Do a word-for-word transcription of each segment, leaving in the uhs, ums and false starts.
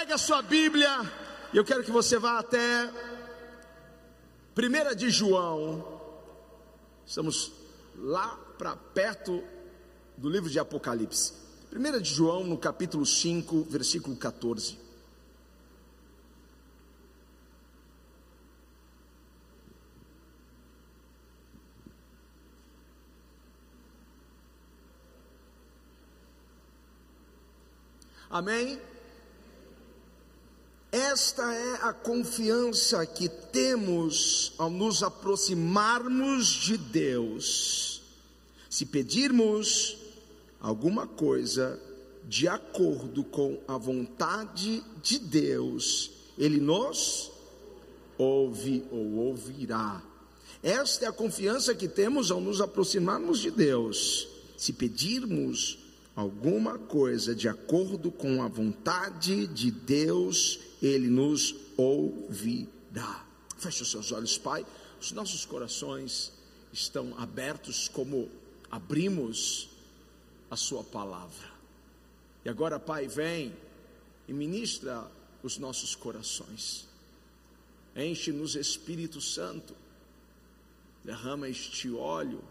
Pega a sua Bíblia e eu quero que você vá até primeira de João. Estamos lá para perto do livro de Apocalipse. primeira de João, no capítulo cinco, versículo quatorze. Amém? Esta é a confiança que temos ao nos aproximarmos de Deus. Se pedirmos alguma coisa de acordo com a vontade de Deus, Ele nos ouve ou ouvirá. Esta é a confiança que temos ao nos aproximarmos de Deus. Se pedirmos alguma coisa de acordo com a vontade de Deus, Ele nos ouvirá. Feche os seus olhos, Pai. Os nossos corações estão abertos como abrimos a Sua palavra. E agora, Pai, vem e ministra os nossos corações. Enche-nos, Espírito Santo. Derrama este óleo.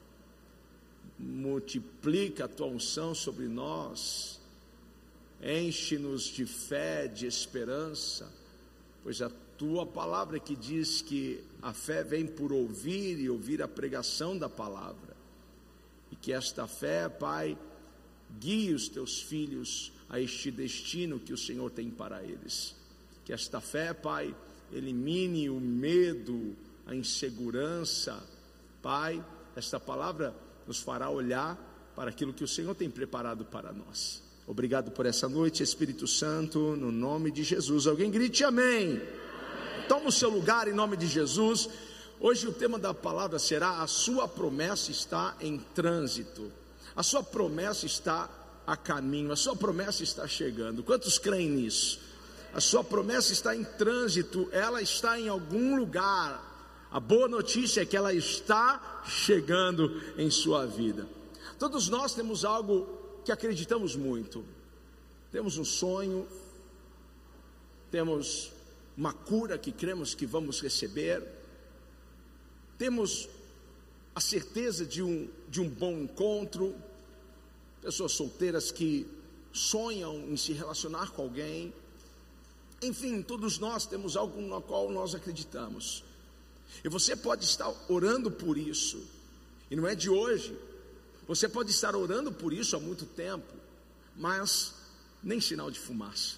Multiplica a tua unção sobre nós, enche-nos de fé, de esperança, pois a tua palavra que diz que a fé vem por ouvir e ouvir a pregação da palavra, e que esta fé, Pai, guie os teus filhos a este destino que o Senhor tem para eles. Que esta fé, Pai, elimine o medo, a insegurança. Pai, esta palavra nos fará olhar para aquilo que o Senhor tem preparado para nós. Obrigado por essa noite, Espírito Santo, no nome de Jesus. Alguém grite amém. Amém. Toma o seu lugar em nome de Jesus. Hoje o tema da palavra será: a sua promessa está em trânsito. A sua promessa está a caminho, a sua promessa está chegando. Quantos creem nisso? A sua promessa está em trânsito, ela está em algum lugar. A boa notícia é que ela está chegando em sua vida. Todos nós temos algo que acreditamos muito. Temos um sonho, temos uma cura que cremos que vamos receber, temos a certeza de um, de um bom encontro, pessoas solteiras que sonham em se relacionar com alguém. Enfim, todos nós temos algo no qual nós acreditamos. E você pode estar orando por isso, e não é de hoje. Você pode estar orando por isso há muito tempo, mas nem sinal de fumaça.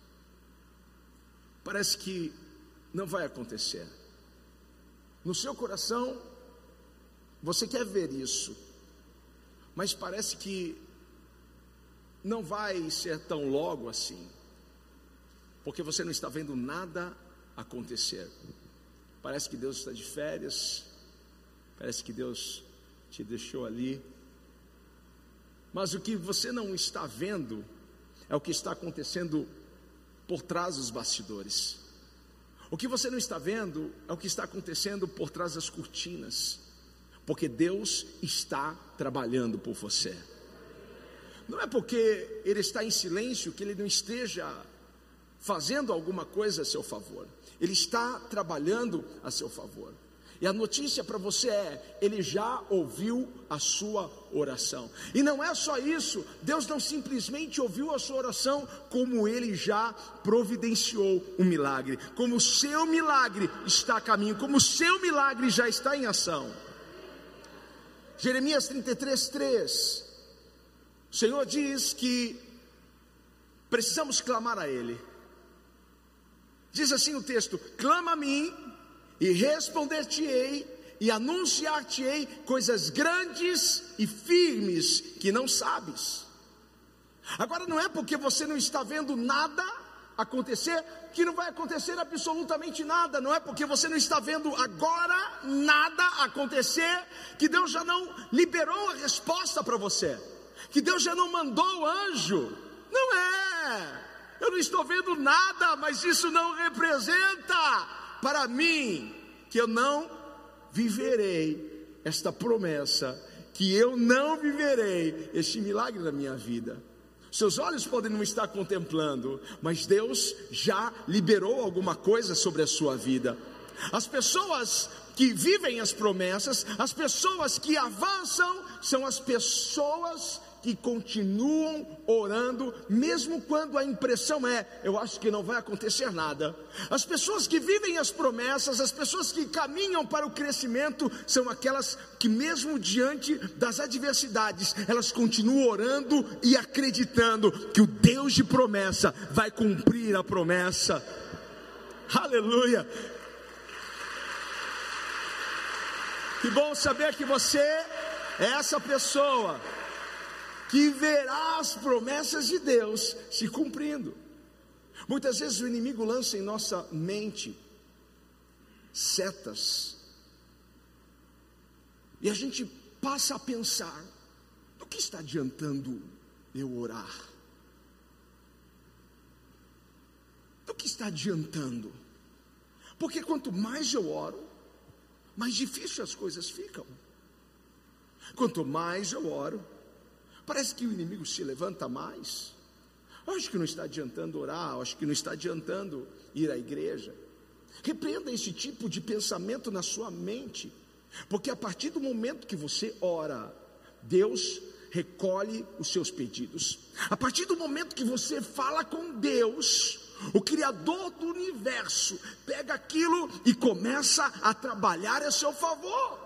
Parece que não vai acontecer. No seu coração, você quer ver isso, mas parece que não vai ser tão logo assim, porque você não está vendo nada acontecer. Parece que Deus está de férias, parece que Deus te deixou ali, mas o que você não está vendo é o que está acontecendo por trás dos bastidores. O que você não está vendo é o que está acontecendo por trás das cortinas, porque Deus está trabalhando por você. Não é porque Ele está em silêncio que Ele não esteja fazendo alguma coisa a seu favor. Ele está trabalhando a seu favor. E a notícia para você é: Ele já ouviu a sua oração. E não é só isso, Deus não simplesmente ouviu a sua oração, como Ele já providenciou um milagre. Como o seu milagre está a caminho, como o seu milagre já está em ação. Jeremias trinta e três, três. O Senhor diz que precisamos clamar a Ele. Diz assim o texto: clama a mim e responder-te-ei e anunciar-te-ei coisas grandes e firmes que não sabes. Agora não é porque você não está vendo nada acontecer que não vai acontecer absolutamente nada. Não é porque você não está vendo agora nada acontecer que Deus já não liberou a resposta para você, que Deus já não mandou o anjo. Não é. Eu não estou vendo nada, mas isso não representa para mim que eu não viverei esta promessa, que eu não viverei este milagre na minha vida. Seus olhos podem não estar contemplando, mas Deus já liberou alguma coisa sobre a sua vida. As pessoas que vivem as promessas, as pessoas que avançam, são as pessoas que continuam orando, mesmo quando a impressão é, eu acho que não vai acontecer nada. As pessoas que vivem as promessas, as pessoas que caminham para o crescimento, são aquelas que mesmo diante das adversidades, elas continuam orando e acreditando que o Deus de promessa vai cumprir a promessa. Aleluia! Que bom saber que você é essa pessoa que verá as promessas de Deus se cumprindo. Muitas vezes o inimigo lança em nossa mente setas, e a gente passa a pensar: do que está adiantando eu orar? Do que está adiantando? Porque quanto mais eu oro, mais difícil as coisas ficam. Quanto mais eu oro, parece que o inimigo se levanta mais. Eu acho que não está adiantando orar, eu acho que não está adiantando ir à igreja. Repreenda esse tipo de pensamento na sua mente, porque a partir do momento que você ora, Deus recolhe os seus pedidos. A partir do momento que você fala com Deus, o Criador do universo pega aquilo e começa a trabalhar a seu favor.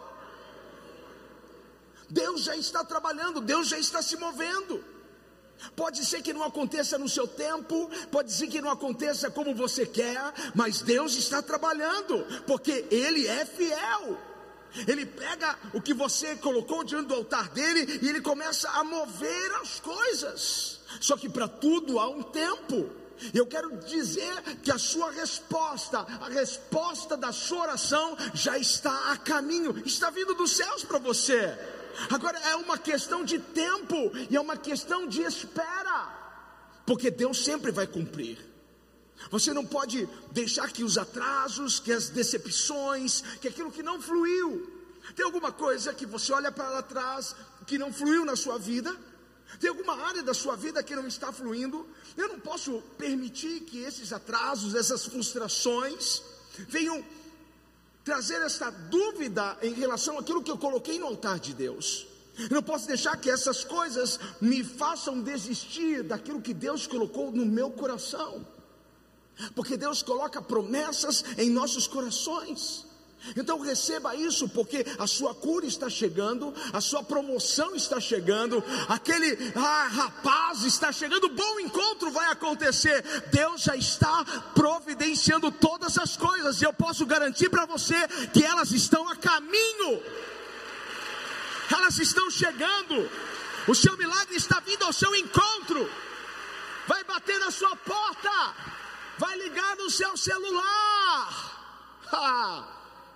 Deus já está trabalhando, Deus já está se movendo. Pode ser que não aconteça no seu tempo, pode ser que não aconteça como você quer, mas Deus está trabalhando, porque Ele é fiel. Ele pega o que você colocou diante do altar dele e Ele começa a mover as coisas. Só que para tudo há um tempo. Eu quero dizer que a sua resposta, a resposta da sua oração já está a caminho, está vindo dos céus para você. Agora é uma questão de tempo e é uma questão de espera, porque Deus sempre vai cumprir. Você não pode deixar que os atrasos, que as decepções, que aquilo que não fluiu. Tem alguma coisa que você olha para trás que não fluiu na sua vida? Tem alguma área da sua vida que não está fluindo? Eu não posso permitir que esses atrasos, essas frustrações venham trazer esta dúvida em relação àquilo que eu coloquei no altar de Deus. Eu não posso deixar que essas coisas me façam desistir daquilo que Deus colocou no meu coração, porque Deus coloca promessas em nossos corações. Então receba isso, porque a sua cura está chegando, a sua promoção está chegando, aquele ah, rapaz está chegando, bom encontro vai acontecer. Deus já está providenciando todas as coisas, e eu posso garantir para você que elas estão a caminho, elas estão chegando. O seu milagre está vindo ao seu encontro, vai bater na sua porta, vai ligar no seu celular. Ah.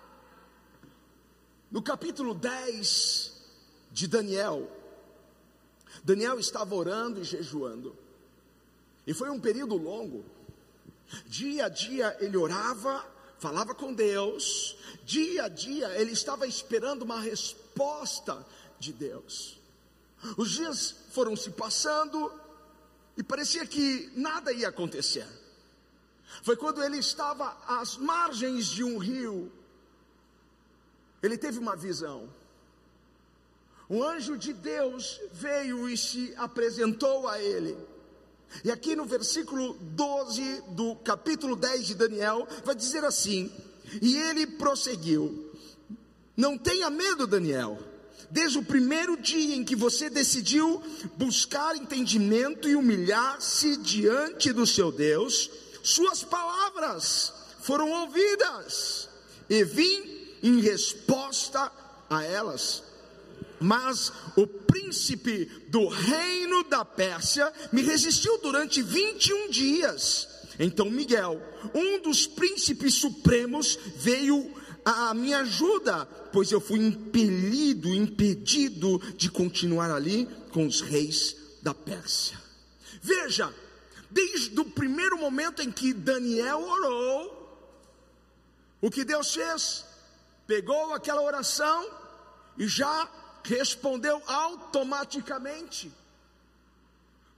No capítulo dez de Daniel, Daniel estava orando e jejuando, e foi um período longo. Dia a dia ele orava, falava com Deus, dia a dia ele estava esperando uma resposta de Deus. Os dias foram se passando e parecia que nada ia acontecer. Foi quando ele estava às margens de um rio, ele teve uma visão. Um anjo de Deus veio e se apresentou a ele. E aqui no versículo doze do capítulo dez de Daniel, vai dizer assim: e ele prosseguiu: não tenha medo, Daniel. Desde o primeiro dia em que você decidiu buscar entendimento e humilhar-se diante do seu Deus, suas palavras foram ouvidas, e vim em resposta a elas. Mas o príncipe do reino da Pérsia me resistiu durante vinte e um dias. Então Miguel, um dos príncipes supremos, veio à minha ajuda, pois eu fui impelido, impedido de continuar ali com os reis da Pérsia. Veja, desde o primeiro momento em que Daniel orou, o que Deus fez? Pegou aquela oração e já respondeu automaticamente.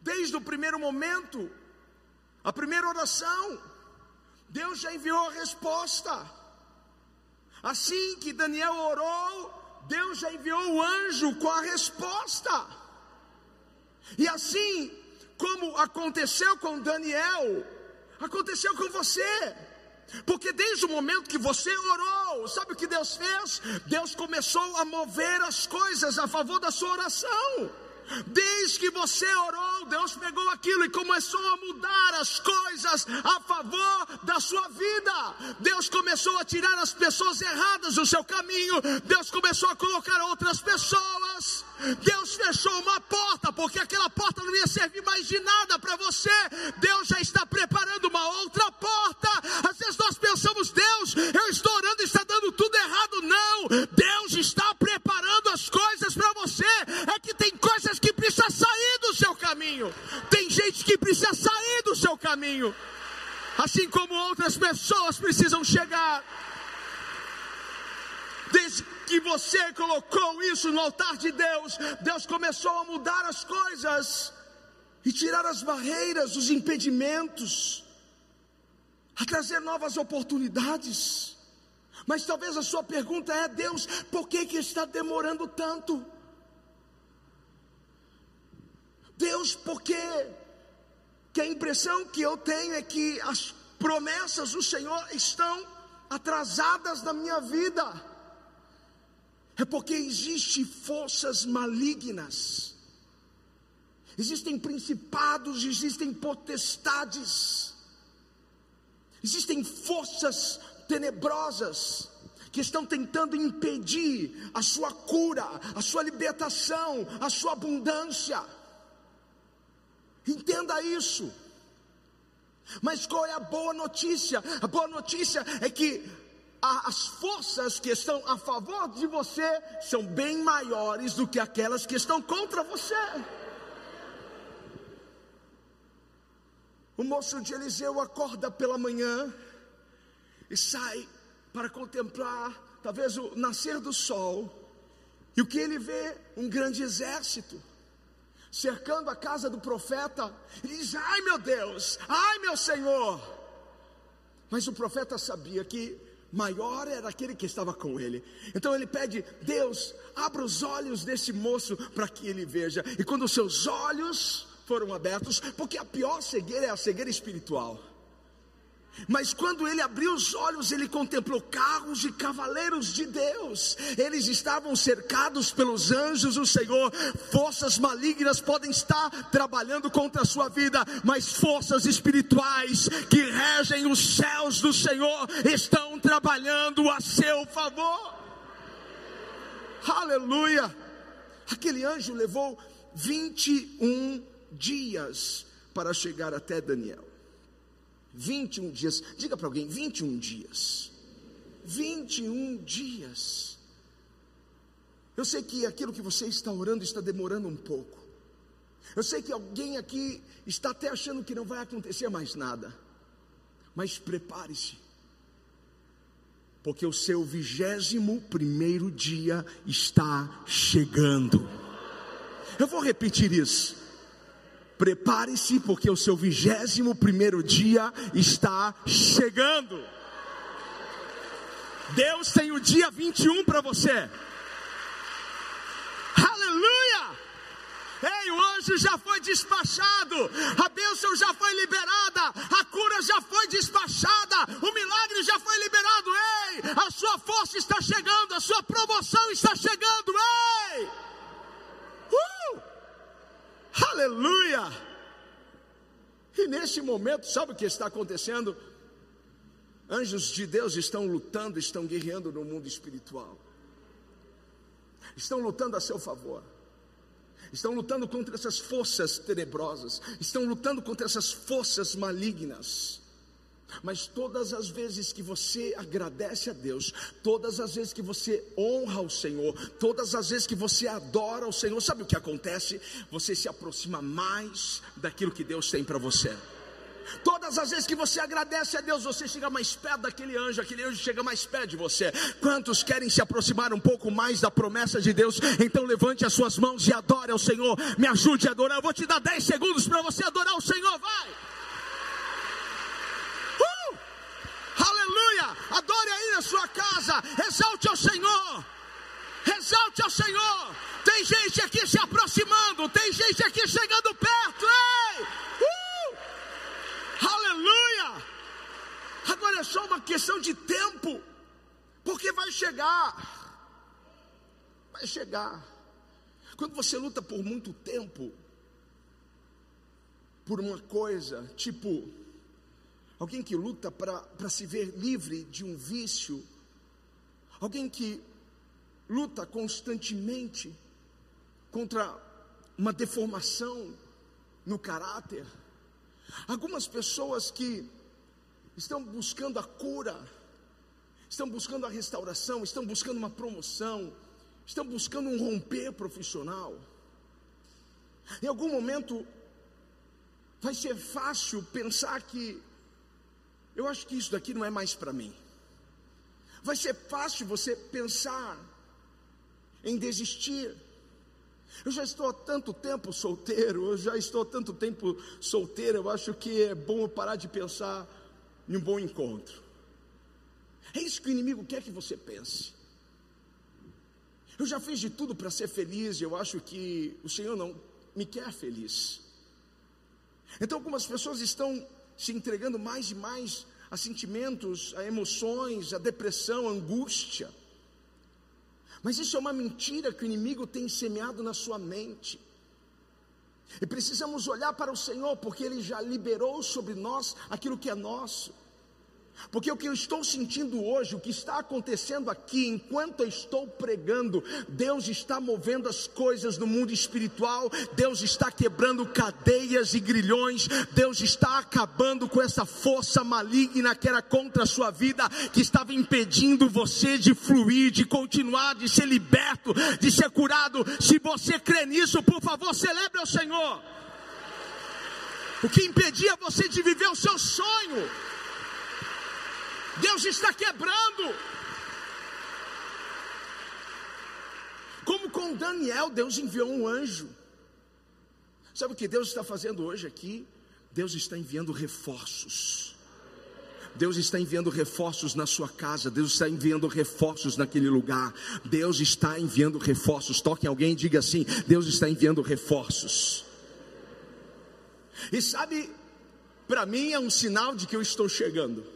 Desde o primeiro momento, a primeira oração, Deus já enviou a resposta. Assim que Daniel orou, Deus já enviou o anjo com a resposta. E assim como aconteceu com Daniel, aconteceu com você. Porque desde o momento que você orou, sabe o que Deus fez? Deus começou a mover as coisas a favor da sua oração. Desde que você orou, Deus pegou aquilo e começou a mudar as coisas a favor da sua vida. Deus começou a tirar as pessoas erradas do seu caminho. Deus começou a colocar outras pessoas. Deus fechou uma porta, porque aquela porta não ia servir mais de nada para você. Deus já está preparando uma outra porta. Às vezes nós pensamos: Deus, eu estou orando e está dando tudo errado. Não, Deus está preparando as coisas para você. É que tem coisas que precisam sair do seu caminho. Tem gente que precisa sair do seu caminho, assim como outras pessoas precisam chegar. Desde que você colocou isso no altar de Deus, Deus começou a mudar as coisas e tirar as barreiras, os impedimentos, a trazer novas oportunidades. Mas talvez a sua pergunta é: Deus, por que que está demorando tanto? Deus, por que? Que a impressão que eu tenho é que as promessas do Senhor estão atrasadas na minha vida. É porque existem forças malignas, existem principados, existem potestades, existem forças tenebrosas que estão tentando impedir a sua cura, a sua libertação, a sua abundância. Entenda isso. Mas qual é a boa notícia? A boa notícia é que as forças que estão a favor de você são bem maiores do que aquelas que estão contra você. O moço de Eliseu acorda pela manhã e sai para contemplar talvez o nascer do sol. E o que ele vê? Um grande exército cercando a casa do profeta. Ele diz: ai meu Deus, ai meu Senhor. Mas o profeta sabia que maior era aquele que estava com ele. Então ele pede: Deus, abra os olhos desse moço para que ele veja. E quando os seus olhos foram abertos, porque a pior cegueira é a cegueira espiritual, mas quando ele abriu os olhos, ele contemplou carros e cavaleiros de Deus. Eles estavam cercados pelos anjos do Senhor. Forças malignas podem estar trabalhando contra a sua vida, mas forças espirituais que regem os céus do Senhor estão trabalhando a seu favor. Aleluia! Aquele anjo levou vinte e um dias para chegar até Daniel. vinte e um dias, diga para alguém: vinte e um dias, vinte e um dias. Eu sei que aquilo que você está orando está demorando um pouco. Eu sei que alguém aqui está até achando que não vai acontecer mais nada. Mas prepare-se, porque o seu vigésimo primeiro dia está chegando. Eu vou repetir isso. Prepare-se, porque o seu vigésimo primeiro dia está chegando. Deus tem o dia vinte e um para você. Aleluia! Ei, o anjo já foi despachado, a bênção já foi liberada, a cura já foi despachada, o milagre já foi liberado. Ei, a sua força está chegando, a sua promoção está chegando. Ei! Uh! Aleluia! E nesse momento, sabe o que está acontecendo? Anjos de Deus estão lutando, estão guerreando no mundo espiritual. Estão lutando a seu favor. Estão lutando contra essas forças tenebrosas. Estão lutando contra essas forças malignas. Mas todas as vezes que você agradece a Deus, todas as vezes que você honra o Senhor, todas as vezes que você adora o Senhor, sabe o que acontece? Você se aproxima mais daquilo que Deus tem para você. Todas as vezes que você agradece a Deus, você chega mais perto daquele anjo, aquele anjo chega mais perto de você. Quantos querem se aproximar um pouco mais da promessa de Deus? Então levante as suas mãos e adore ao Senhor. Me ajude a adorar. Eu vou te dar dez segundos para você adorar o Senhor. Vai! Uh! Aleluia! Adore aí na sua casa. Exalte ao Senhor. Exalte ao Senhor. Tem gente aqui se aproximando. Tem gente aqui chegando perto. Ei! Uh! Aleluia! Agora é só uma questão de tempo. Porque vai chegar. Vai chegar. Quando você luta por muito tempo por uma coisa, tipo alguém que luta para se ver livre de um vício, alguém que luta constantemente contra uma deformação no caráter, algumas pessoas que estão buscando a cura, estão buscando a restauração, estão buscando uma promoção, estão buscando um romper profissional. Em algum momento vai ser fácil pensar que eu acho que isso daqui não é mais para mim. Vai ser fácil você pensar em desistir. Eu já estou há tanto tempo solteiro, eu já estou há tanto tempo solteiro, eu acho que é bom eu parar de pensar em um bom encontro. É isso que o inimigo quer que você pense. Eu já fiz de tudo para ser feliz, e eu acho que o Senhor não me quer feliz. Então algumas pessoas estão se entregando mais e mais a sentimentos, a emoções, a depressão, a angústia. Mas isso é uma mentira que o inimigo tem semeado na sua mente. E precisamos olhar para o Senhor, porque Ele já liberou sobre nós aquilo que é nosso. Porque o que eu estou sentindo hoje, o que está acontecendo aqui, enquanto eu estou pregando, Deus está movendo as coisas no mundo espiritual, Deus está quebrando cadeias e grilhões, Deus está acabando com essa força maligna que era contra a sua vida, que estava impedindo você de fluir, de continuar, de ser liberto, de ser curado. Se você crê nisso, por favor, celebre ao Senhor. O que impedia você de viver o seu sonho, Deus está quebrando. Como com Daniel, Deus enviou um anjo. Sabe o que Deus está fazendo hoje aqui? Deus está enviando reforços. Deus está enviando reforços na sua casa. Deus está enviando reforços naquele lugar. Deus está enviando reforços. Toque em alguém e diga assim: Deus está enviando reforços. E sabe, para mim é um sinal de que eu estou chegando.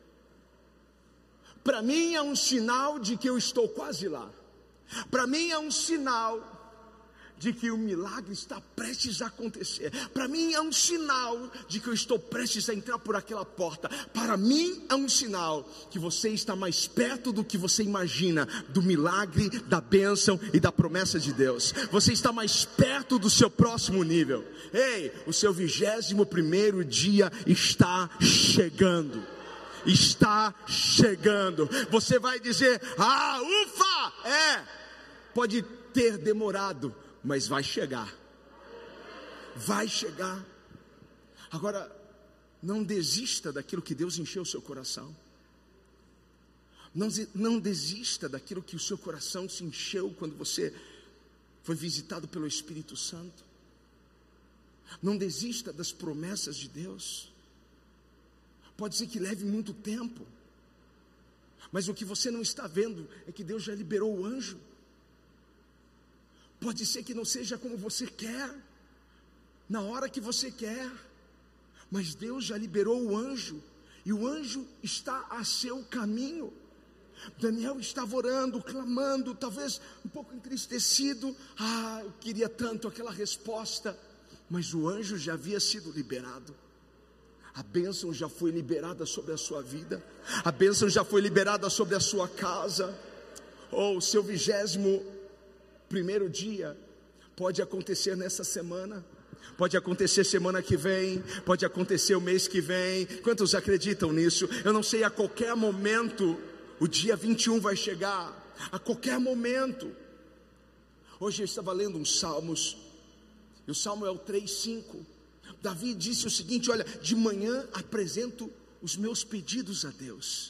Para mim é um sinal de que eu estou quase lá. Para mim é um sinal de que o milagre está prestes a acontecer. Para mim é um sinal de que eu estou prestes a entrar por aquela porta. Para mim é um sinal que você está mais perto do que você imagina, do milagre, da bênção e da promessa de Deus. Você está mais perto do seu próximo nível. Ei, o seu vigésimo primeiro dia está chegando. Está chegando. Você vai dizer: ah, ufa, é, pode ter demorado, mas vai chegar. Vai chegar. Agora, não desista daquilo que Deus encheu o seu coração. Não, não desista daquilo que o seu coração se encheu quando você foi visitado pelo Espírito Santo. Não desista das promessas de Deus. Pode ser que leve muito tempo, mas o que você não está vendo é que Deus já liberou o anjo. Pode ser que não seja como você quer, na hora que você quer, mas Deus já liberou o anjo, e o anjo está a seu caminho. Daniel estava orando, clamando, talvez um pouco entristecido. Ah, eu queria tanto aquela resposta, mas o anjo já havia sido liberado. A bênção já foi liberada sobre a sua vida. A bênção já foi liberada sobre a sua casa. Ou oh, seu vigésimo primeiro dia pode acontecer nessa semana. Pode acontecer semana que vem. Pode acontecer o mês que vem. Quantos acreditam nisso? Eu não sei, a qualquer momento o dia vinte e um vai chegar. A qualquer momento. Hoje eu estava lendo uns salmos. E o salmo é o três, cinco. Davi disse o seguinte: olha, de manhã apresento os meus pedidos a Deus.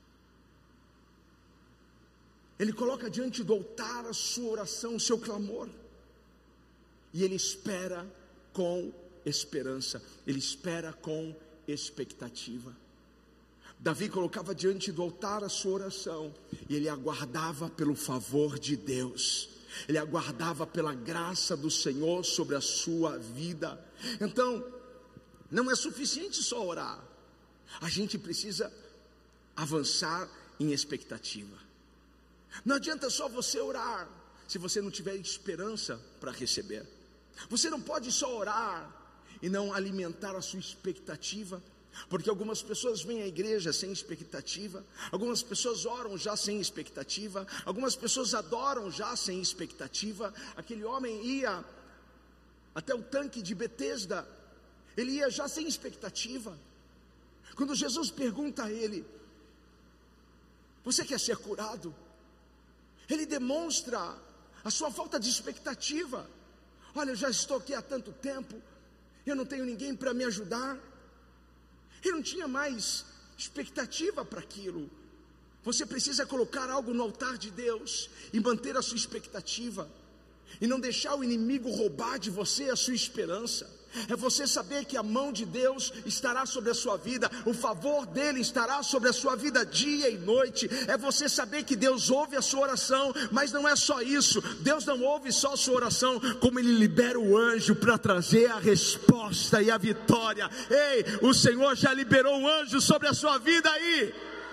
Ele coloca diante do altar a sua oração, o seu clamor, e ele espera com esperança, ele espera com expectativa. Davi colocava diante do altar a sua oração, e ele aguardava pelo favor de Deus, ele aguardava pela graça do Senhor sobre a sua vida. Então, não é suficiente só orar, a gente precisa avançar em expectativa. Não adianta só você orar, se você não tiver esperança para receber. Você não pode só orar e não alimentar a sua expectativa, porque algumas pessoas vêm à igreja sem expectativa, algumas pessoas oram já sem expectativa, algumas pessoas adoram já sem expectativa. Aquele homem ia até o tanque de Betesda, ele ia já sem expectativa. Quando Jesus pergunta a ele: você quer ser curado? Ele demonstra a sua falta de expectativa. Olha, eu já estou aqui há tanto tempo, eu não tenho ninguém para me ajudar. Ele não tinha mais expectativa para aquilo. Você precisa colocar algo no altar de Deus e manter a sua expectativa, e não deixar o inimigo roubar de você a sua esperança. É você saber que a mão de Deus estará sobre a sua vida, o favor dele estará sobre a sua vida dia e noite. É você saber que Deus ouve a sua oração, mas não é só isso. Deus não ouve só a sua oração, como ele libera o anjo para trazer a resposta e a vitória. Ei, o Senhor já liberou um anjo sobre a sua vida aí.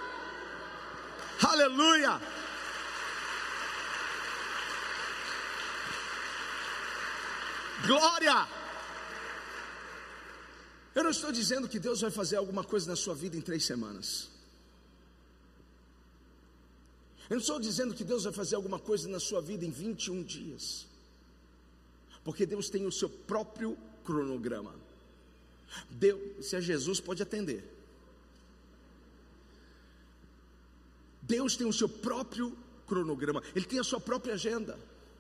Aleluia. Glória. Eu não estou dizendo que Deus vai fazer alguma coisa na sua vida em três semanas. Eu não estou dizendo que Deus vai fazer alguma coisa na sua vida em vinte e um dias. Porque Deus tem o seu próprio cronograma. Deus, se é Jesus, pode atender. Deus tem o seu próprio cronograma. Ele tem a sua própria agenda.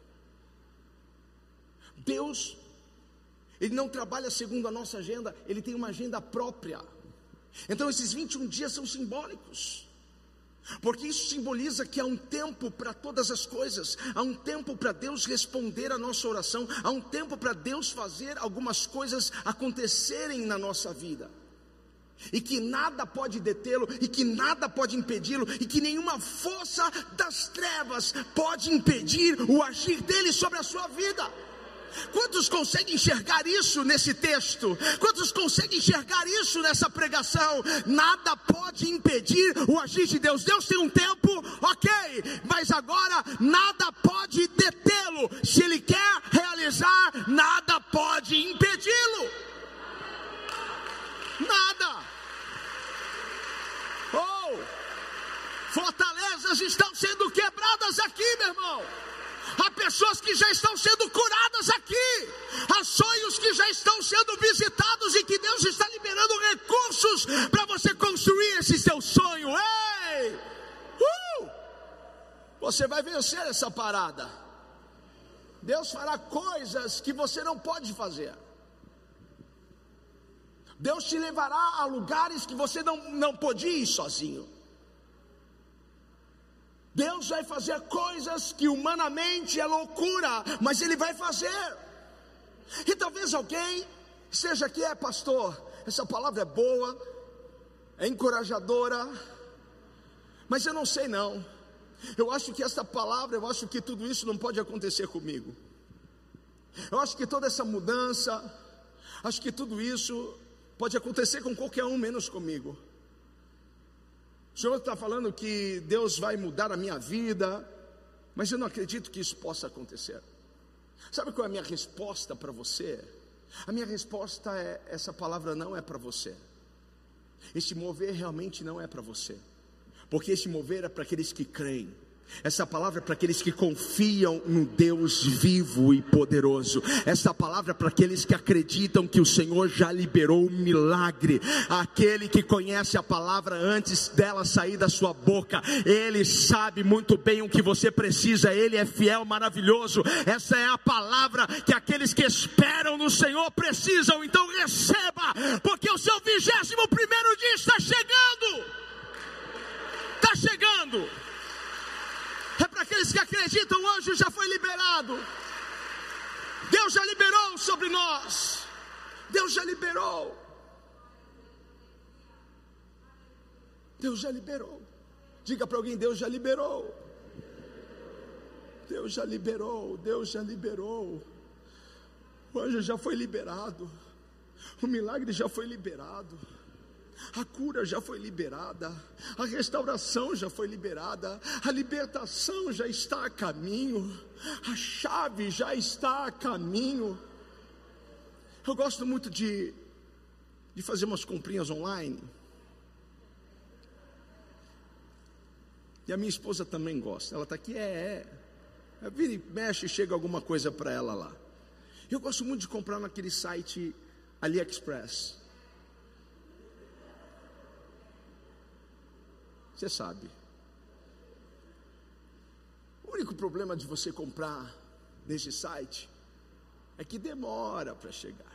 Deus, ele não trabalha segundo a nossa agenda, ele tem uma agenda própria. Então esses vinte e um dias são simbólicos, porque isso simboliza que há um tempo para todas as coisas. Há um tempo para Deus responder a nossa oração. Há um tempo para Deus fazer algumas coisas acontecerem na nossa vida, e que nada pode detê-lo, e que nada pode impedi-lo, e que nenhuma força das trevas pode impedir o agir dele sobre a sua vida. Quantos conseguem enxergar isso nesse texto? Quantos conseguem enxergar isso nessa pregação? Nada pode impedir o agir de Deus. Deus tem um tempo, ok, mas agora nada pode detê-lo. Se Ele quer realizar, nada pode impedi-lo. Nada. Oh, fortalezas estão sendo quebradas aqui, meu irmão. Há pessoas que já estão sendo curadas aqui. Há sonhos que já estão sendo visitados, e que Deus está liberando recursos para você construir esse seu sonho. Ei! Uh! Você vai vencer essa parada. Deus fará coisas que você não pode fazer. Deus te levará a lugares que você não, não pode ir sozinho. Deus vai fazer coisas que humanamente é loucura, mas Ele vai fazer. E talvez alguém seja aqui: é pastor, essa palavra é boa, é encorajadora, mas eu não sei não. Eu acho que essa palavra, eu acho que tudo isso não pode acontecer comigo. Eu acho que toda essa mudança, acho que tudo isso pode acontecer com qualquer um, menos comigo. O Senhor está falando que Deus vai mudar a minha vida, mas eu não acredito que isso possa acontecer. Sabe qual é a minha resposta para você? A minha resposta é: essa palavra não é para você. Esse mover realmente não é para você, porque esse mover é para aqueles que creem, Essa palavra é para aqueles que confiam no Deus vivo e poderoso. Essa palavra é para aqueles que acreditam que o Senhor já liberou um milagre. Aquele que conhece a palavra antes dela sair da sua boca, ele sabe muito bem o que você precisa. Ele é fiel, maravilhoso. Essa é a palavra que aqueles que esperam no Senhor precisam. Então receba, porque o seu vigésimo primeiro dia está chegando. Está chegando. É para aqueles que acreditam, o anjo já foi liberado. Deus já liberou sobre nós. Deus já liberou. Deus já liberou. Diga para alguém: Deus já liberou. Deus já liberou. Deus já liberou. O anjo já foi liberado. O milagre já foi liberado. A cura já foi liberada, a restauração já foi liberada, a libertação já está a caminho, a chave já está a caminho. Eu gosto muito de, de fazer umas comprinhas online, e a minha esposa também gosta. Ela está aqui, é, é, vira e mexe, chega alguma coisa para ela lá. Eu gosto muito de comprar naquele site AliExpress. Você sabe. O único problema de você comprar nesse site é que demora para chegar.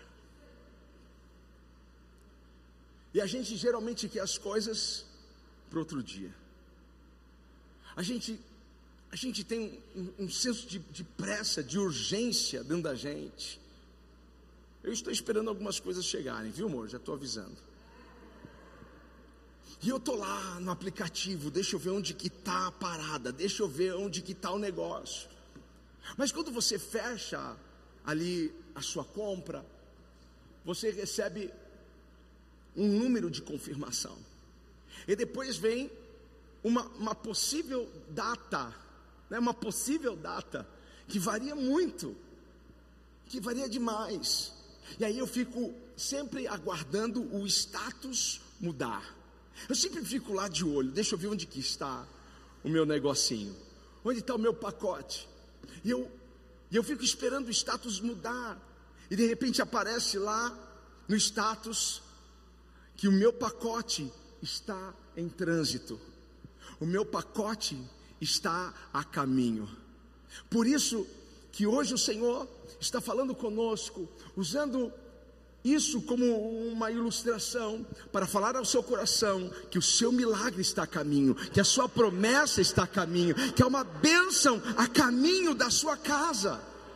E a gente geralmente quer as coisas para outro dia. A gente, a gente tem um, um senso de, de pressa, de urgência dentro da gente. Eu estou esperando algumas coisas chegarem, viu, amor? Já estou avisando. E eu estou lá no aplicativo, deixa eu ver onde que está a parada, deixa eu ver onde que está o negócio. Mas quando você fecha ali a sua compra, você recebe um número de confirmação. E depois vem uma, uma possível data, né? uma possível data, que varia muito, que varia demais. E aí eu fico sempre aguardando o status mudar. Eu sempre fico lá de olho, deixa eu ver onde que está o meu negocinho, onde está o meu pacote. E eu, e eu fico esperando o status mudar. E de repente aparece lá no status que o meu pacote está em trânsito. O meu pacote está a caminho. Por isso que hoje o Senhor está falando conosco, usando isso como uma ilustração, para falar ao seu coração que o seu milagre está a caminho, que a sua promessa está a caminho, que é uma bênção a caminho da sua casa.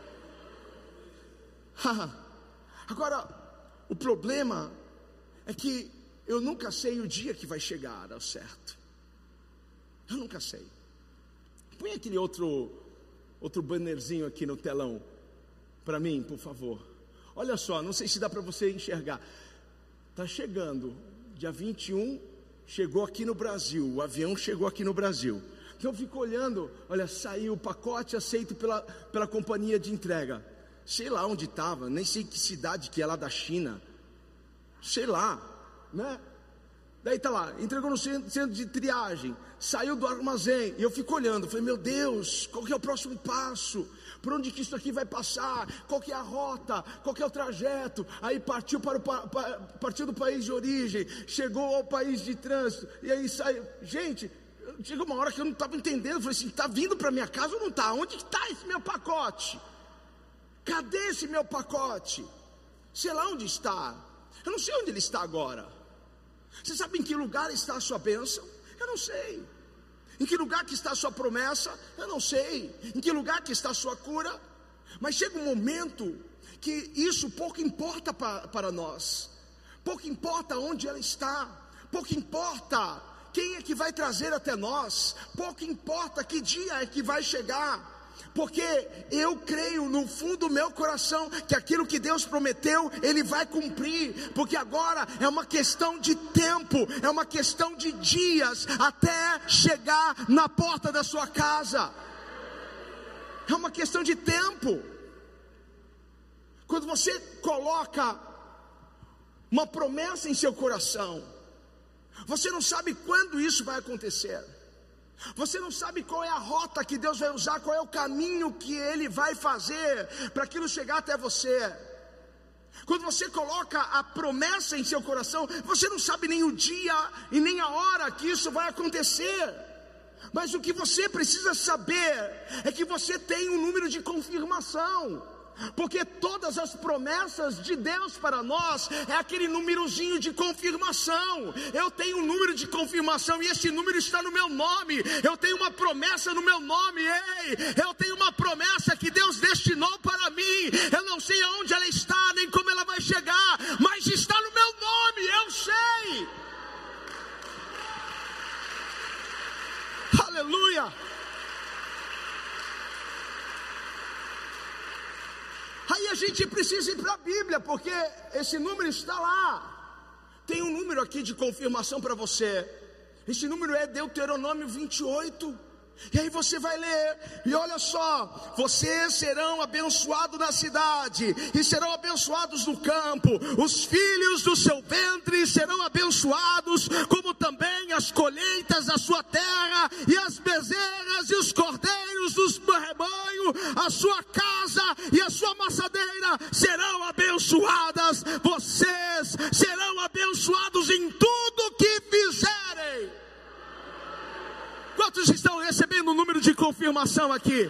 Agora, o problema é que eu nunca sei o dia que vai chegar ao certo. Eu nunca sei. Põe aquele outro, outro bannerzinho aqui no telão para mim, por favor. Olha só, não sei se dá para você enxergar. Está chegando, dia vinte e um, chegou aqui no Brasil. O avião chegou aqui no Brasil. Então eu fico olhando, olha, saiu o pacote aceito pela, pela companhia de entrega. Sei lá onde estava, nem sei que cidade que é lá da China. Sei lá, né? Daí tá lá, entregou no centro, centro de triagem, saiu do armazém, e eu fico olhando, falei, meu Deus, qual que é o próximo passo? Por onde que isso aqui vai passar? Qual que é a rota? Qual que é o trajeto? Aí partiu para o pa, partiu do país de origem, chegou ao país de trânsito, e aí saiu. Gente, chegou uma hora que eu não estava entendendo, falei assim, está vindo para minha casa ou não está? Onde está esse meu pacote? Cadê esse meu pacote? Sei lá onde está. Eu não sei onde ele está agora. Você sabe em que lugar está a sua bênção? Eu não sei. Em que lugar que está a sua promessa? Eu não sei. Em que lugar que está a sua cura? Mas chega um momento que isso pouco importa para, para nós. Pouco importa onde ela está. Pouco importa quem é que vai trazer até nós. Pouco importa que dia é que vai chegar. Porque eu creio no fundo do meu coração que aquilo que Deus prometeu, Ele vai cumprir. Porque agora é uma questão de tempo, é uma questão de dias até chegar na porta da sua casa. É uma questão de tempo. Quando você coloca uma promessa em seu coração, você não sabe quando isso vai acontecer. Você não sabe qual é a rota que Deus vai usar, qual é o caminho que Ele vai fazer para aquilo chegar até você. Quando você coloca a promessa em seu coração, você não sabe nem o dia e nem a hora que isso vai acontecer. Mas o que você precisa saber é que você tem um número de confirmação. Porque todas as promessas de Deus para nós é aquele númerozinho de confirmação. Eu tenho um número de confirmação e esse número está no meu nome. Eu tenho uma promessa no meu nome. Ei, eu tenho uma promessa que Deus destinou para mim. Eu não sei aonde ela está, nem como ela vai chegar, mas está no meu nome, eu sei. Aleluia. Aí a gente precisa ir para a Bíblia, porque esse número está lá. Tem um número aqui de confirmação para você. Esse número é Deuteronômio vinte e oito. E aí você vai ler, e olha só: vocês serão abençoados na cidade, e serão abençoados no campo. Os filhos do seu ventre serão abençoados, como também as colheitas da sua terra, e as bezerras e os cordeiros do rebanho, a sua casa e a sua maçadeira serão abençoadas. Vocês serão abençoados em tudo que fizerem. Quantos estão recebendo o número de confirmação aqui?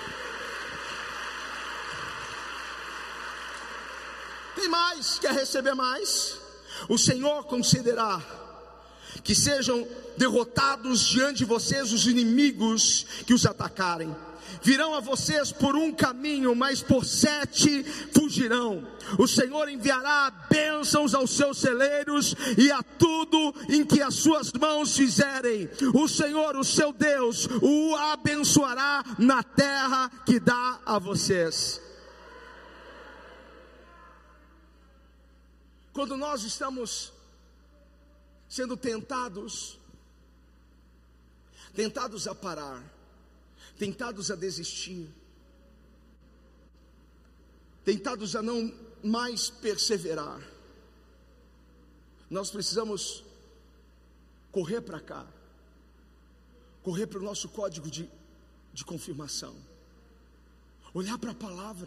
Tem mais? Quer receber mais? O Senhor concederá que sejam derrotados diante de vocês os inimigos que os atacarem. Virão a vocês por um caminho, mas por sete fugirão. O Senhor enviará bênçãos aos seus celeiros e a tudo em que as suas mãos fizerem. O Senhor, o seu Deus, o abençoará na terra que dá a vocês. Quando nós estamos sendo tentados, tentados a parar, tentados a desistir, tentados a não mais perseverar, nós precisamos correr para cá, correr para o nosso código de, de confirmação, olhar para a palavra,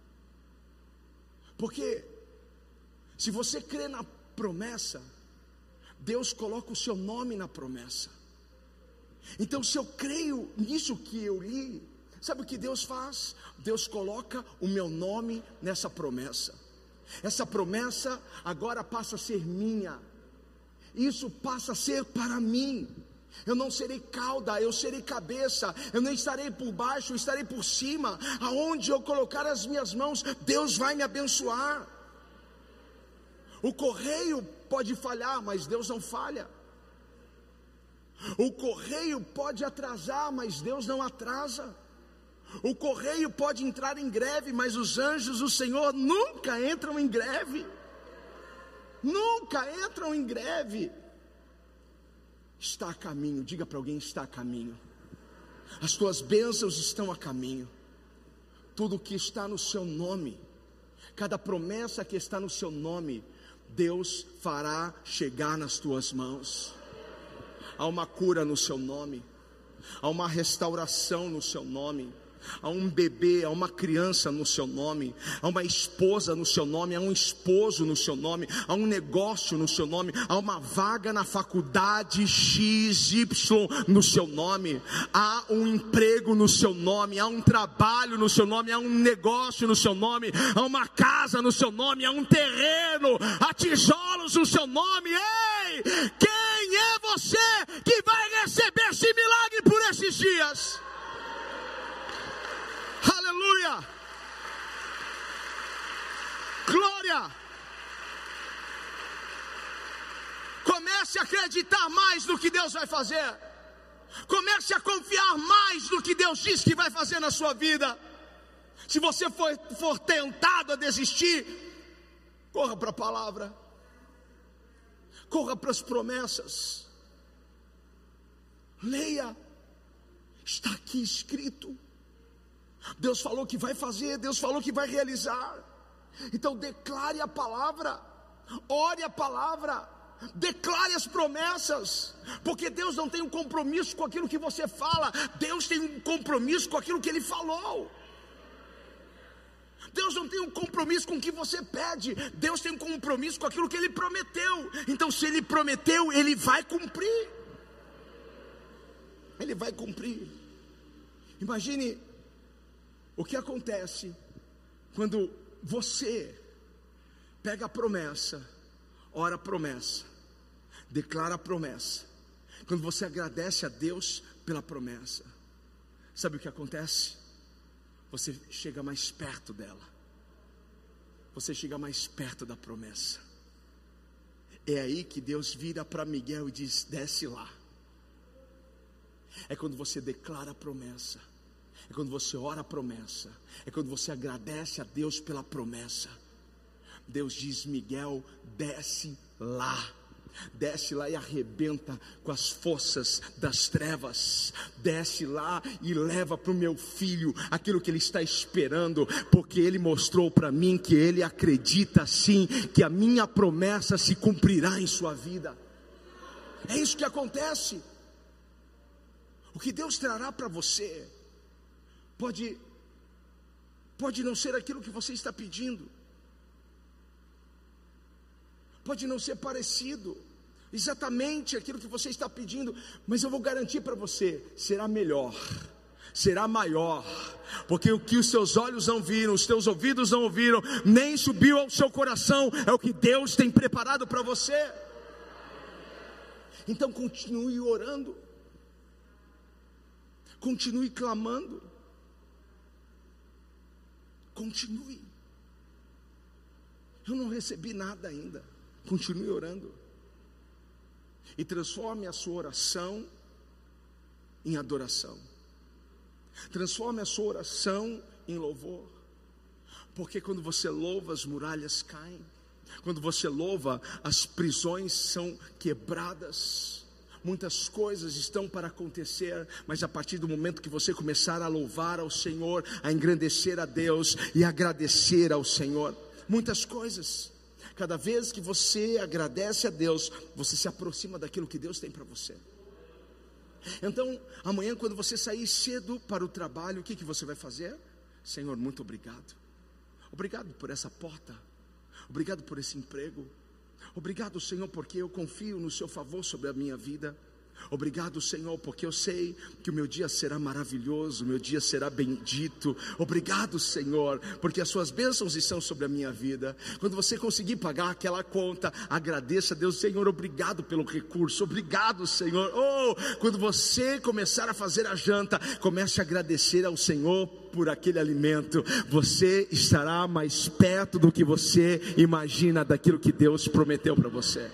porque se você crê na promessa, Deus coloca o seu nome na promessa. Então, se eu creio nisso que eu li, sabe o que Deus faz? Deus coloca o meu nome nessa promessa. Essa promessa agora passa a ser minha. Isso passa a ser para mim. Eu não serei cauda, eu serei cabeça. Eu não estarei por baixo, eu estarei por cima. Aonde eu colocar as minhas mãos, Deus vai me abençoar. O correio pode falhar, mas Deus não falha. O correio pode atrasar, mas Deus não atrasa. O correio pode entrar em greve, mas os anjos do Senhor nunca entram em greve. Nunca entram em greve. Está a caminho, diga para alguém: está a caminho. As tuas bênçãos estão a caminho. Tudo que está no seu nome, cada promessa que está no seu nome, Deus fará chegar nas tuas mãos. Há uma cura no seu nome, há uma restauração no seu nome, há um bebê, há uma criança no seu nome, há uma esposa no seu nome, há um esposo no seu nome, há um negócio no seu nome, há uma vaga na faculdade X Y no seu nome, há um emprego no seu nome, há um trabalho no seu nome, há um negócio no seu nome, há uma casa no seu nome, há um terreno, há tijolos no seu nome. Ei, quem é você que vai receber esse milagre por esses dias? Aleluia, glória. Comece a acreditar mais no que Deus vai fazer. Comece a confiar mais no que Deus diz que vai fazer na sua vida. Se você for, for tentado a desistir, corra para a palavra, corra para as promessas, leia, está aqui escrito. Deus falou que vai fazer, Deus falou que vai realizar. Então declare a palavra, ore a palavra, declare as promessas, porque Deus não tem um compromisso com aquilo que você fala, Deus tem um compromisso com aquilo que Ele falou. Deus não tem um compromisso com o que você pede, Deus tem um compromisso com aquilo que Ele prometeu. Então, se Ele prometeu, Ele vai cumprir. Ele vai cumprir. Imagine o que acontece quando você pega a promessa, ora a promessa, declara a promessa, quando você agradece a Deus pela promessa. Sabe o que acontece? Você chega mais perto dela, você chega mais perto da promessa. É aí que Deus vira para Miguel e diz: desce lá. É quando você declara a promessa, é quando você ora a promessa, é quando você agradece a Deus pela promessa. Deus diz: Miguel, desce lá. Desce lá e arrebenta com as forças das trevas. Desce lá e leva para o meu filho aquilo que ele está esperando, porque ele mostrou para mim que ele acredita sim, que a minha promessa se cumprirá em sua vida. É isso que acontece. O que Deus trará para você pode, pode não ser aquilo que você está pedindo, pode não ser parecido exatamente aquilo que você está pedindo, mas eu vou garantir para você, será melhor, será maior, porque o que os seus olhos não viram, os teus ouvidos não ouviram, nem subiu ao seu coração, é o que Deus tem preparado para você. Então continue orando, continue clamando, continue. Eu não recebi nada ainda. Continue orando e transforme a sua oração em adoração. Transforme a sua oração em louvor, porque quando você louva, as muralhas caem. Quando você louva, as prisões são quebradas. Muitas coisas estão para acontecer, mas a partir do momento que você começar a louvar ao Senhor, a engrandecer a Deus e agradecer ao Senhor, muitas coisas. Cada vez que você agradece a Deus, você se aproxima daquilo que Deus tem para você. Então, amanhã quando você sair cedo para o trabalho, o que, que você vai fazer? Senhor, muito obrigado. Obrigado por essa porta. Obrigado por esse emprego. Obrigado, Senhor, porque eu confio no seu favor sobre a minha vida. Obrigado, Senhor, porque eu sei que o meu dia será maravilhoso, o meu dia será bendito. Obrigado, Senhor, porque as suas bênçãos estão sobre a minha vida. Quando você conseguir pagar aquela conta, agradeça a Deus: Senhor, obrigado pelo recurso, obrigado, Senhor. Oh, quando você começar a fazer a janta, comece a agradecer ao Senhor por aquele alimento. Você estará mais perto do que você imagina daquilo que Deus prometeu para você.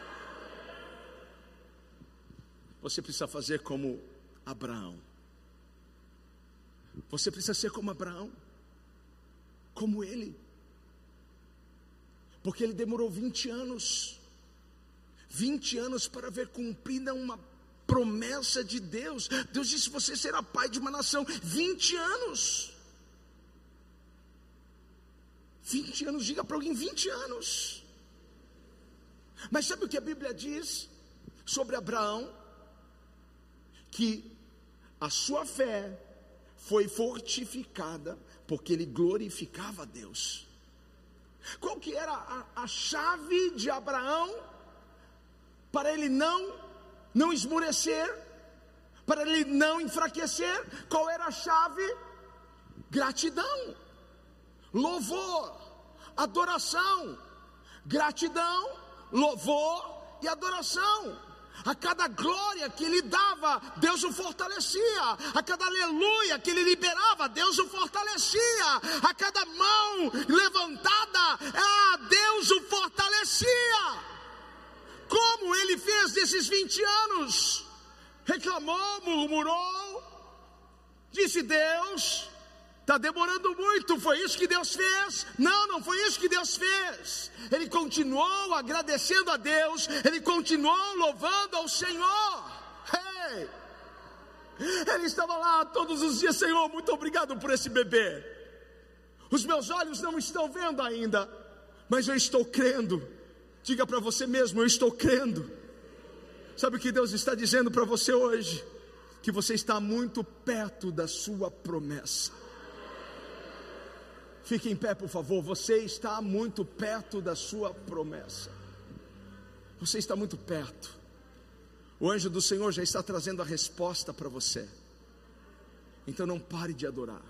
Você precisa fazer como Abraão. Você precisa ser como Abraão, como ele, porque ele demorou vinte anos, vinte anos para ver cumprida uma promessa de Deus. Deus disse: você será pai de uma nação. vinte anos, vinte anos, diga para alguém: vinte anos. Mas sabe o que a Bíblia diz sobre Abraão? Que a sua fé foi fortificada porque ele glorificava a Deus. Qual que era a, a chave de Abraão para ele não, não esmorecer, para ele não enfraquecer? Qual era a chave? Gratidão, louvor, adoração. Gratidão, louvor e adoração. A cada glória que ele dava, Deus o fortalecia. A cada aleluia que ele liberava, Deus o fortalecia. A cada mão levantada, ah, Deus o fortalecia. Como ele fez nesses vinte anos? Reclamou, murmurou, disse: Deus, está demorando muito. Foi isso que Deus fez? Não, não foi isso que Deus fez. Ele continuou agradecendo a Deus, ele continuou louvando ao Senhor. Hey! Ele estava lá todos os dias: Senhor, muito obrigado por esse bebê. Os meus olhos não estão vendo ainda, mas eu estou crendo Diga para você mesmo: eu estou crendo. Sabe o que Deus está dizendo para você hoje? Que você está muito perto da sua promessa. Fique em pé, por favor. Você está muito perto da sua promessa. Você está muito perto. O anjo do Senhor já está trazendo a resposta para você. Então não pare de adorar.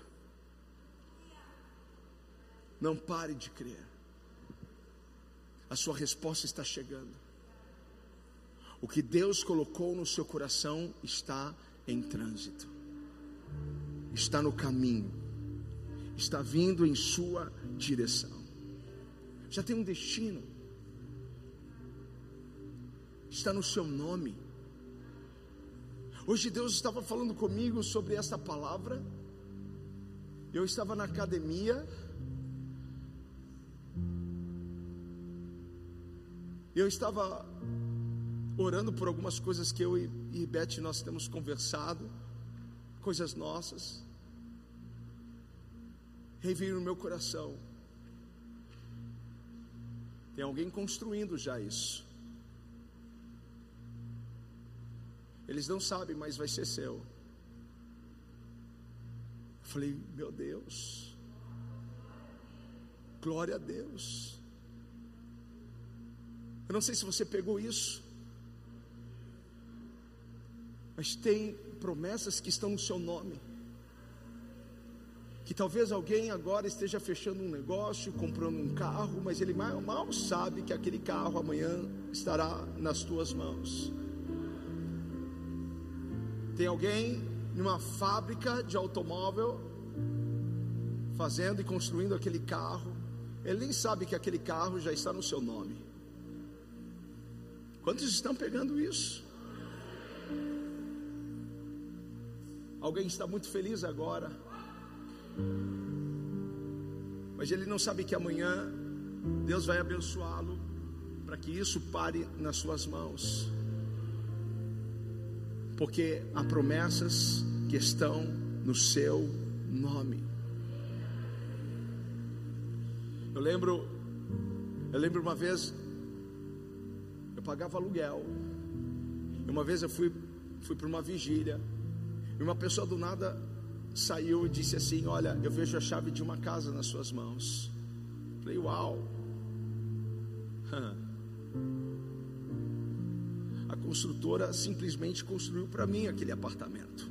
Não pare de crer. A sua resposta está chegando. O que Deus colocou no seu coração está em trânsito. Está no caminho. Está vindo em sua direção. Já tem um destino. Está no seu nome. Hoje Deus estava falando comigo sobre essa palavra. Eu estava na academia. Eu estava orando por algumas coisas que eu e Beth nós temos conversado, coisas nossas. E aí veio no meu coração: tem alguém construindo já isso. Eles não sabem, mas vai ser seu. Eu falei: meu Deus, glória a Deus. Eu não sei se você pegou isso, mas tem promessas que estão no seu nome. Que talvez alguém agora esteja fechando um negócio, comprando um carro, mas ele mal, mal sabe que aquele carro amanhã estará nas tuas mãos. Tem alguém numa fábrica de automóvel, fazendo e construindo aquele carro. Ele nem sabe que aquele carro já está no seu nome. Quantos estão pegando isso? Alguém está muito feliz agora, mas ele não sabe que amanhã Deus vai abençoá-lo para que isso pare nas suas mãos. Porque há promessas que estão no seu nome. Eu lembro, eu lembro uma vez, eu pagava aluguel. Uma vez eu fui, fui para uma vigília, e uma pessoa do nada saiu e disse assim: olha, eu vejo a chave de uma casa nas suas mãos. Falei: uau. A construtora simplesmente construiu para mim aquele apartamento.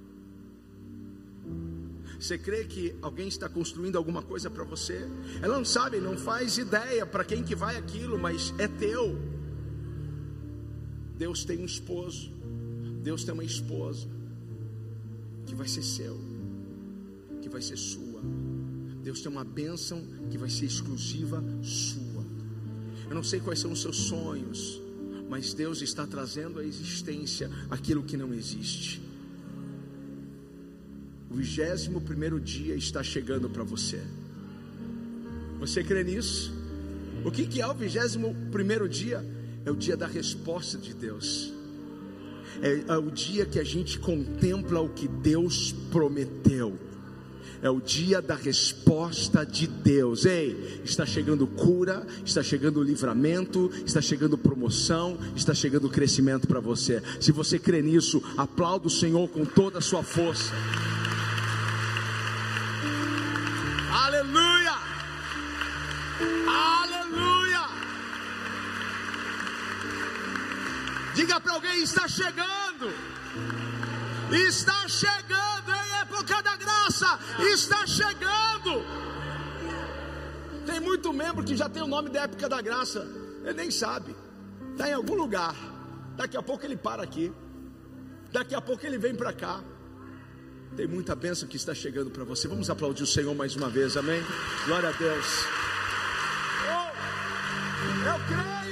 Você crê que alguém está construindo alguma coisa para você? Ela não sabe, não faz ideia para quem que vai aquilo, mas é teu. Deus tem um esposo, Deus tem uma esposa que vai ser seu, que vai ser sua. Deus tem uma bênção que vai ser exclusiva sua. Eu não sei quais são os seus sonhos, mas Deus está trazendo à existência aquilo que não existe. O vigésimo primeiro dia está chegando para você. Você crê nisso? O que que é o vigésimo primeiro dia? É o dia da resposta de Deus. É, é o dia que a gente contempla o que Deus prometeu. É o dia da resposta de Deus. Ei, está chegando cura, está chegando livramento, está chegando promoção, está chegando crescimento para você. Se você crê nisso, aplauda o Senhor com toda a sua força. Aleluia! Aleluia! Diga para alguém: está chegando. Está chegando em época da graça. Está chegando. Tem muito membro que já tem o nome da época da graça, ele nem sabe. Está em algum lugar. Daqui a pouco ele para aqui. Daqui a pouco ele vem para cá. Tem muita bênção que está chegando para você. Vamos aplaudir o Senhor mais uma vez, amém? Glória a Deus. Oh, eu creio.